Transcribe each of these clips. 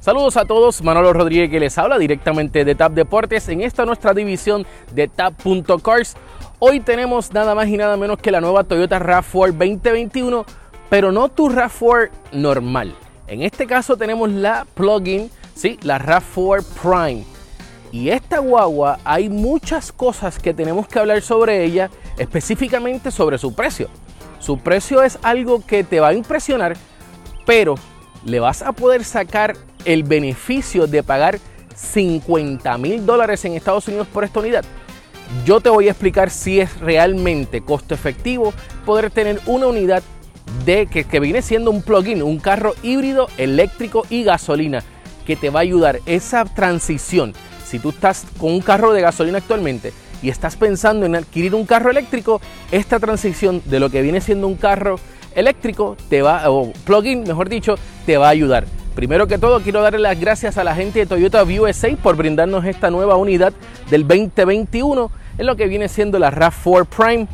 Saludos a todos, Manolo Rodríguez que les habla directamente de TAP Deportes en esta nuestra división de TAP.Cars. Hoy tenemos nada más y nada menos que la nueva Toyota RAV4 2021, pero no tu RAV4 normal. En este caso tenemos la plug-in, sí, la RAV4 Prime. Y esta guagua hay muchas cosas que tenemos que hablar sobre ella, específicamente sobre su precio. Su precio es algo que te va a impresionar, pero le vas a poder sacar el beneficio de pagar $50,000 en Estados Unidos por esta unidad. Yo te voy a explicar si es realmente costo efectivo poder tener una unidad que viene siendo un plug-in, un carro híbrido, eléctrico y gasolina, que te va a ayudar esa transición. Si tú estás con un carro de gasolina actualmente y estás pensando en adquirir un carro eléctrico, esta transición de lo que viene siendo un carro eléctrico o plug-in, mejor dicho, te va a ayudar. Primero que todo, quiero darle las gracias a la gente de Toyota USA por brindarnos esta nueva unidad del 2021 en lo que viene siendo la RAV4 Prime.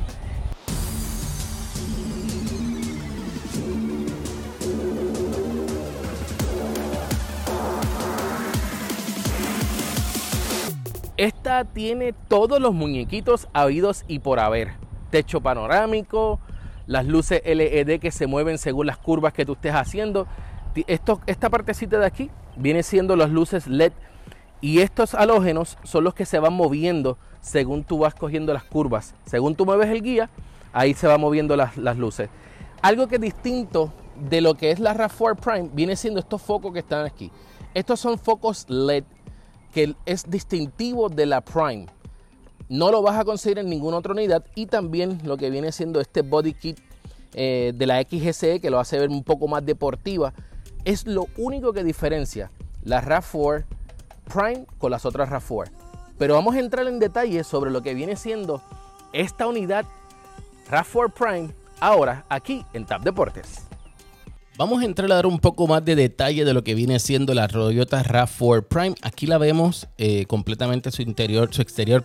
Esta tiene todos los muñequitos habidos y por haber. Techo panorámico, las luces LED que se mueven según las curvas que tú estés haciendo. Esta partecita de aquí viene siendo las luces LED y estos halógenos son los que se van moviendo según tú vas cogiendo las curvas. Según tú mueves el guía, ahí se van moviendo las luces. Algo que es distinto de lo que es la RAV4 Prime viene siendo estos focos que están aquí. Estos son focos LED que es distintivo de la Prime. No lo vas a conseguir en ninguna otra unidad, y también lo que viene siendo este body kit de la XGSE que lo hace ver un poco más deportiva. Es lo único que diferencia la RAV4 Prime con las otras RAV4. Pero vamos a entrar en detalle sobre lo que viene siendo esta unidad RAV4 Prime ahora aquí en TAP Deportes. Vamos a entrar a dar un poco más de detalle de lo que viene siendo la Toyota RAV4 Prime. Aquí la vemos completamente su exterior.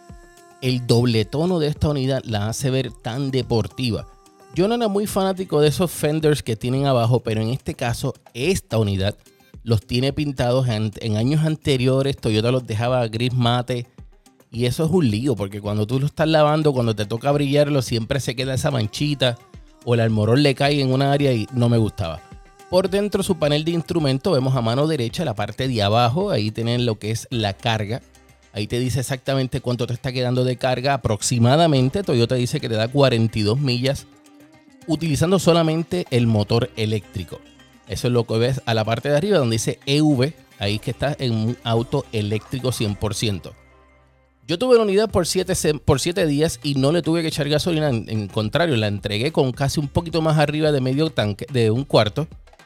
El doble tono de esta unidad la hace ver tan deportiva. Yo no era muy fanático de esos fenders que tienen abajo, pero en este caso, esta unidad los tiene pintados. En años anteriores, Toyota los dejaba gris mate. Y eso es un lío, porque cuando tú lo estás lavando, cuando te toca brillarlo, siempre se queda esa manchita o el armorón le cae en una área y no me gustaba. Por dentro, su panel de instrumentos, vemos a mano derecha, la parte de abajo, ahí tienen lo que es la carga. Ahí te dice exactamente cuánto te está quedando de carga. Aproximadamente, Toyota dice que te da 42 millas utilizando solamente el motor eléctrico. Eso es lo que ves a la parte de arriba donde dice EV. Ahí es que está en un auto eléctrico 100%. Yo tuve la unidad por 7 días y no le tuve que echar gasolina. En contrario, la entregué con casi un poquito más arriba de medio tanque, de un cuarto.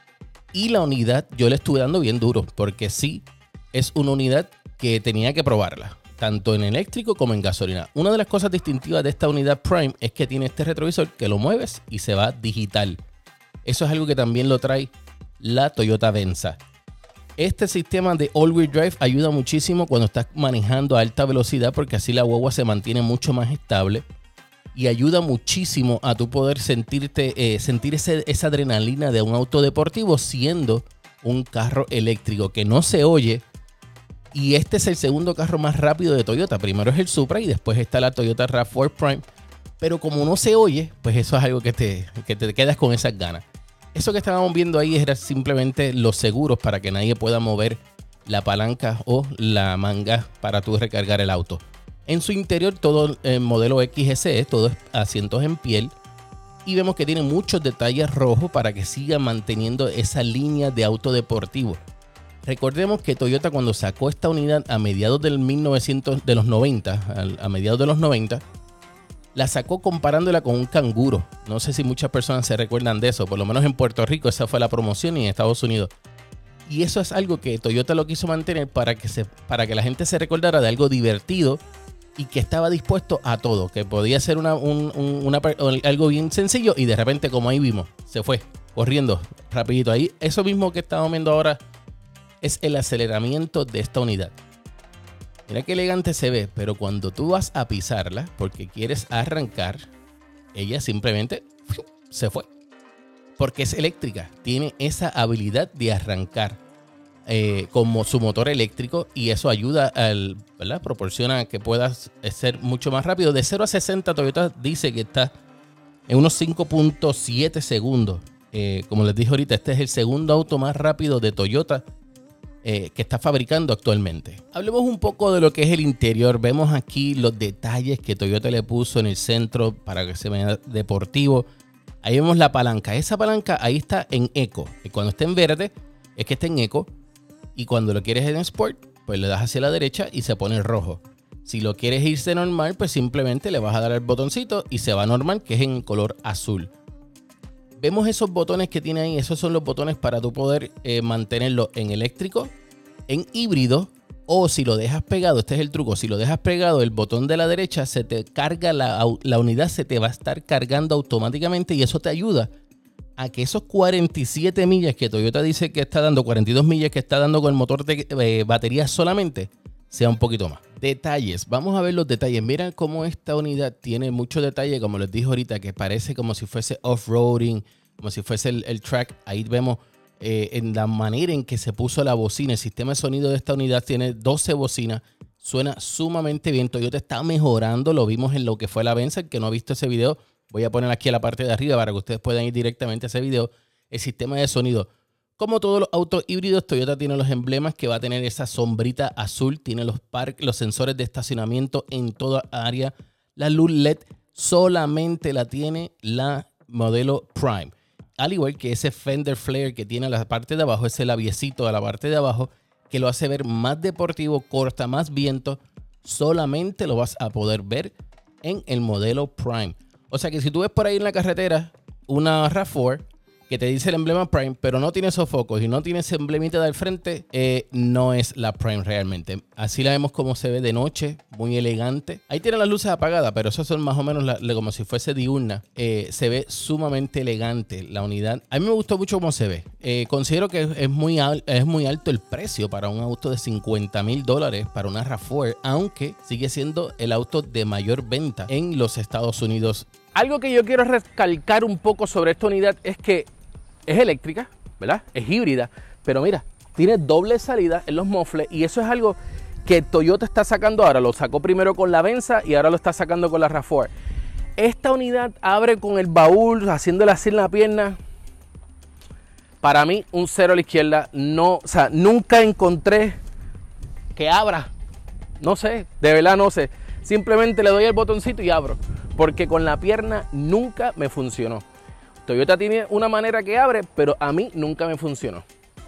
Y la unidad yo le estuve dando bien duro, porque sí es una unidad que tenía que probarla, tanto en eléctrico como en gasolina. Una de las cosas distintivas de esta unidad Prime es que tiene este retrovisor que lo mueves y se va digital. Eso es algo que también lo trae la Toyota Venza. Este sistema de all-wheel drive ayuda muchísimo cuando estás manejando a alta velocidad, porque así la guagua se mantiene mucho más estable y ayuda muchísimo a tu poder sentir esa adrenalina de un auto deportivo siendo un carro eléctrico que no se oye. Y este es el segundo carro más rápido de Toyota. Primero es el Supra y después está la Toyota RAV4 Prime. Pero como no se oye, pues eso es algo que te quedas con esas ganas. Eso que estábamos viendo ahí era simplemente los seguros para que nadie pueda mover la palanca o la manga para tú recargar el auto. En su interior todo el modelo XSE, todo es asientos en piel. Y vemos que tiene muchos detalles rojos para que siga manteniendo esa línea de auto deportivo. Recordemos que Toyota, cuando sacó esta unidad a mediados de los 90, la sacó comparándola con un canguro. No sé si muchas personas se recuerdan de eso. Por lo menos en Puerto Rico esa fue la promoción, y en Estados Unidos. Y eso es algo que Toyota lo quiso mantener para que la gente se recordara de algo divertido y que estaba dispuesto a todo. Que podía ser algo bien sencillo, y de repente, como ahí vimos, se fue corriendo rapidito. Ahí, eso mismo que estamos viendo ahora es el aceleramiento de esta unidad. Mira qué elegante se ve, pero cuando tú vas a pisarla porque quieres arrancar, ella simplemente se fue. Porque es eléctrica, tiene esa habilidad de arrancar. como su motor eléctrico, y eso ayuda ¿verdad? Proporciona que puedas ser mucho más rápido. De 0 a 60 Toyota dice que está en unos 5.7 segundos. Como les dije ahorita, este es el segundo auto más rápido de Toyota que está fabricando actualmente. Hablemos un poco de lo que es el interior. Vemos aquí los detalles que Toyota le puso en el centro para que se vea deportivo. Ahí vemos la palanca. Esa palanca ahí está en eco. Y cuando está en verde es que está en eco. Y cuando lo quieres en Sport, pues le das hacia la derecha y se pone rojo. Si lo quieres irse normal, pues simplemente le vas a dar el botoncito y se va normal, que es en color azul. Vemos esos botones que tiene ahí. Esos son los botones para tú poder mantenerlo en eléctrico, en híbrido, o si lo dejas pegado. Este es el truco. Si lo dejas pegado, el botón de la derecha se te carga, la unidad se te va a estar cargando automáticamente, y eso te ayuda a que esos 47 millas que Toyota dice que está dando, 42 millas que está dando con el motor de batería solamente, sea un poquito más. Detalles, vamos a ver los detalles. Miren cómo esta unidad tiene mucho detalle, como les dije ahorita, que parece como si fuese off-roading, como si fuese el track. Ahí vemos en la manera en que se puso la bocina. El sistema de sonido de esta unidad tiene 12 bocinas. Suena sumamente bien. Toyota está mejorando, lo vimos en lo que fue la Venza. El que no ha visto ese video, voy a poner aquí a la parte de arriba para que ustedes puedan ir directamente a ese video. El sistema de sonido, como todos los autos híbridos, Toyota tiene los emblemas que va a tener esa sombrita azul. Tiene los sensores de estacionamiento en toda área. La luz LED solamente la tiene la modelo Prime. Al igual que ese fender flare que tiene a la parte de abajo, ese labiecito de la parte de abajo, que lo hace ver más deportivo, corta más viento. Solamente lo vas a poder ver en el modelo Prime. O sea que si tú ves por ahí en la carretera una RAV4 que te dice el emblema Prime, pero no tiene esos focos y no tiene ese emblemita del frente, no es la Prime realmente. Así la vemos como se ve de noche, muy elegante. Ahí tiene las luces apagadas, pero esos son más o menos como si fuese diurna. Se ve sumamente elegante la unidad. A mí me gustó mucho cómo se ve. Considero que es muy alto el precio para un auto de $50,000 para una RAV4, aunque sigue siendo el auto de mayor venta en los Estados Unidos. Algo que yo quiero recalcar un poco sobre esta unidad es que es eléctrica, ¿verdad? Es híbrida, pero mira, tiene doble salida en los mofles, y eso es algo que Toyota está sacando ahora. Lo sacó primero con la Venza y ahora lo está sacando con la RAV4. Esta unidad abre con el baúl, haciéndole así en la pierna. Para mí, un 0 a la izquierda. No, o sea, nunca encontré que abra. No sé, de verdad no sé. Simplemente le doy el botoncito y abro, porque con la pierna nunca me funcionó. Toyota tiene una manera que abre, pero a mí nunca me funcionó.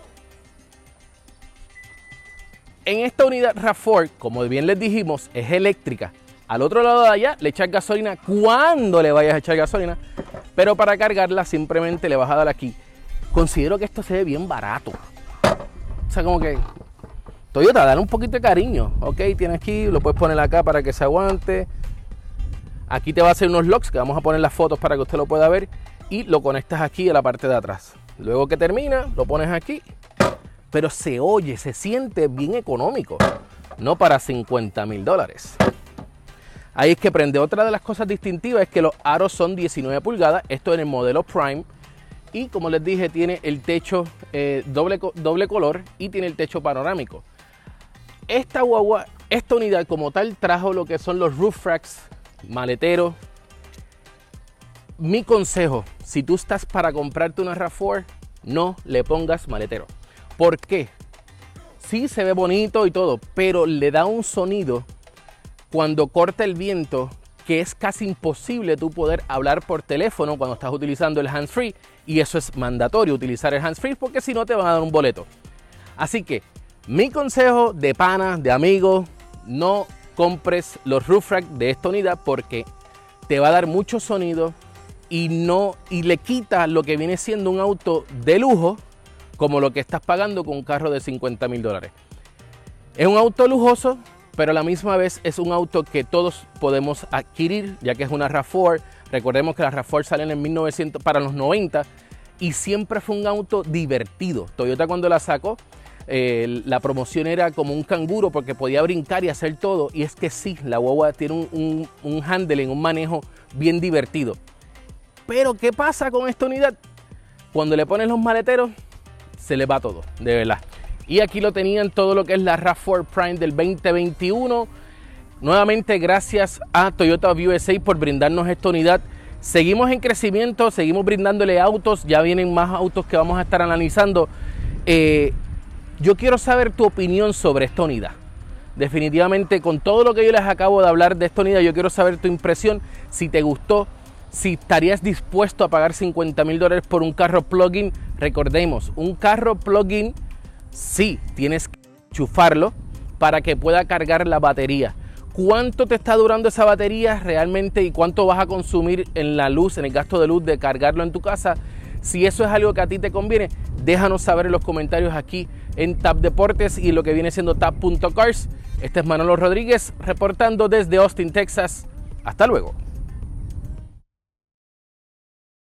En esta unidad RAV4, como bien les dijimos, es eléctrica. Al otro lado de allá le echas gasolina cuando le vayas a echar gasolina, pero para cargarla simplemente le vas a dar aquí. Considero que esto se ve bien barato. O sea, como que Toyota, dale un poquito de cariño. Ok, tienes aquí, lo puedes poner acá para que se aguante. Aquí te va a hacer unos locks que vamos a poner las fotos para que usted lo pueda ver. Y lo conectas aquí a la parte de atrás. Luego que termina, lo pones aquí. Pero se oye, se siente bien económico. No para $50,000. Ahí es que prende. Otra de las cosas distintivas es que los aros son 19 pulgadas. Esto en el modelo Prime. Y como les dije, tiene el techo doble color y tiene el techo panorámico. Esta guagua, esta unidad como tal, trajo lo que son los roof racks, maleteros. Mi consejo, si tú estás para comprarte una RAV4, no le pongas maletero. ¿Por qué? Sí se ve bonito y todo, pero le da un sonido cuando corta el viento que es casi imposible tú poder hablar por teléfono cuando estás utilizando el hands-free, y eso es mandatorio, utilizar el hands-free, porque si no te van a dar un boleto. Así que mi consejo de pana, de amigo, no compres los roof rack de esta unidad, porque te va a dar mucho sonido y le quita lo que viene siendo un auto de lujo, como lo que estás pagando con un carro de $50,000. Es un auto lujoso, pero a la misma vez es un auto que todos podemos adquirir, ya que es una RAV4. Recordemos que las RAV4 salen en 1900 para los 90 y siempre fue un auto divertido. Toyota, cuando la sacó, la promoción era como un canguro, porque podía brincar y hacer todo, y es que sí, la guagua tiene un handling, un manejo bien divertido. Pero ¿qué pasa con esta unidad? Cuando le pones los maleteros, se le va todo, de verdad. Y aquí lo tenían todo lo que es la RAV4 Prime del 2021. Nuevamente gracias a Toyota of USA por brindarnos esta unidad. Seguimos en crecimiento, seguimos brindándole autos, ya vienen más autos que vamos a estar analizando. Yo quiero saber tu opinión sobre esta unidad. Definitivamente con todo lo que yo les acabo de hablar de esta unidad, yo quiero saber tu impresión, si te gustó, si estarías dispuesto a pagar $50,000 por un carro plug-in. Recordemos, un carro plug-in sí tienes que enchufarlo para que pueda cargar la batería. ¿Cuánto te está durando esa batería realmente y cuánto vas a consumir en la luz, en el gasto de luz de cargarlo en tu casa? Si eso es algo que a ti te conviene, déjanos saber en los comentarios aquí en TAP Deportes y lo que viene siendo tap.cars. Este es Manolo Rodríguez reportando desde Austin, Texas. Hasta luego.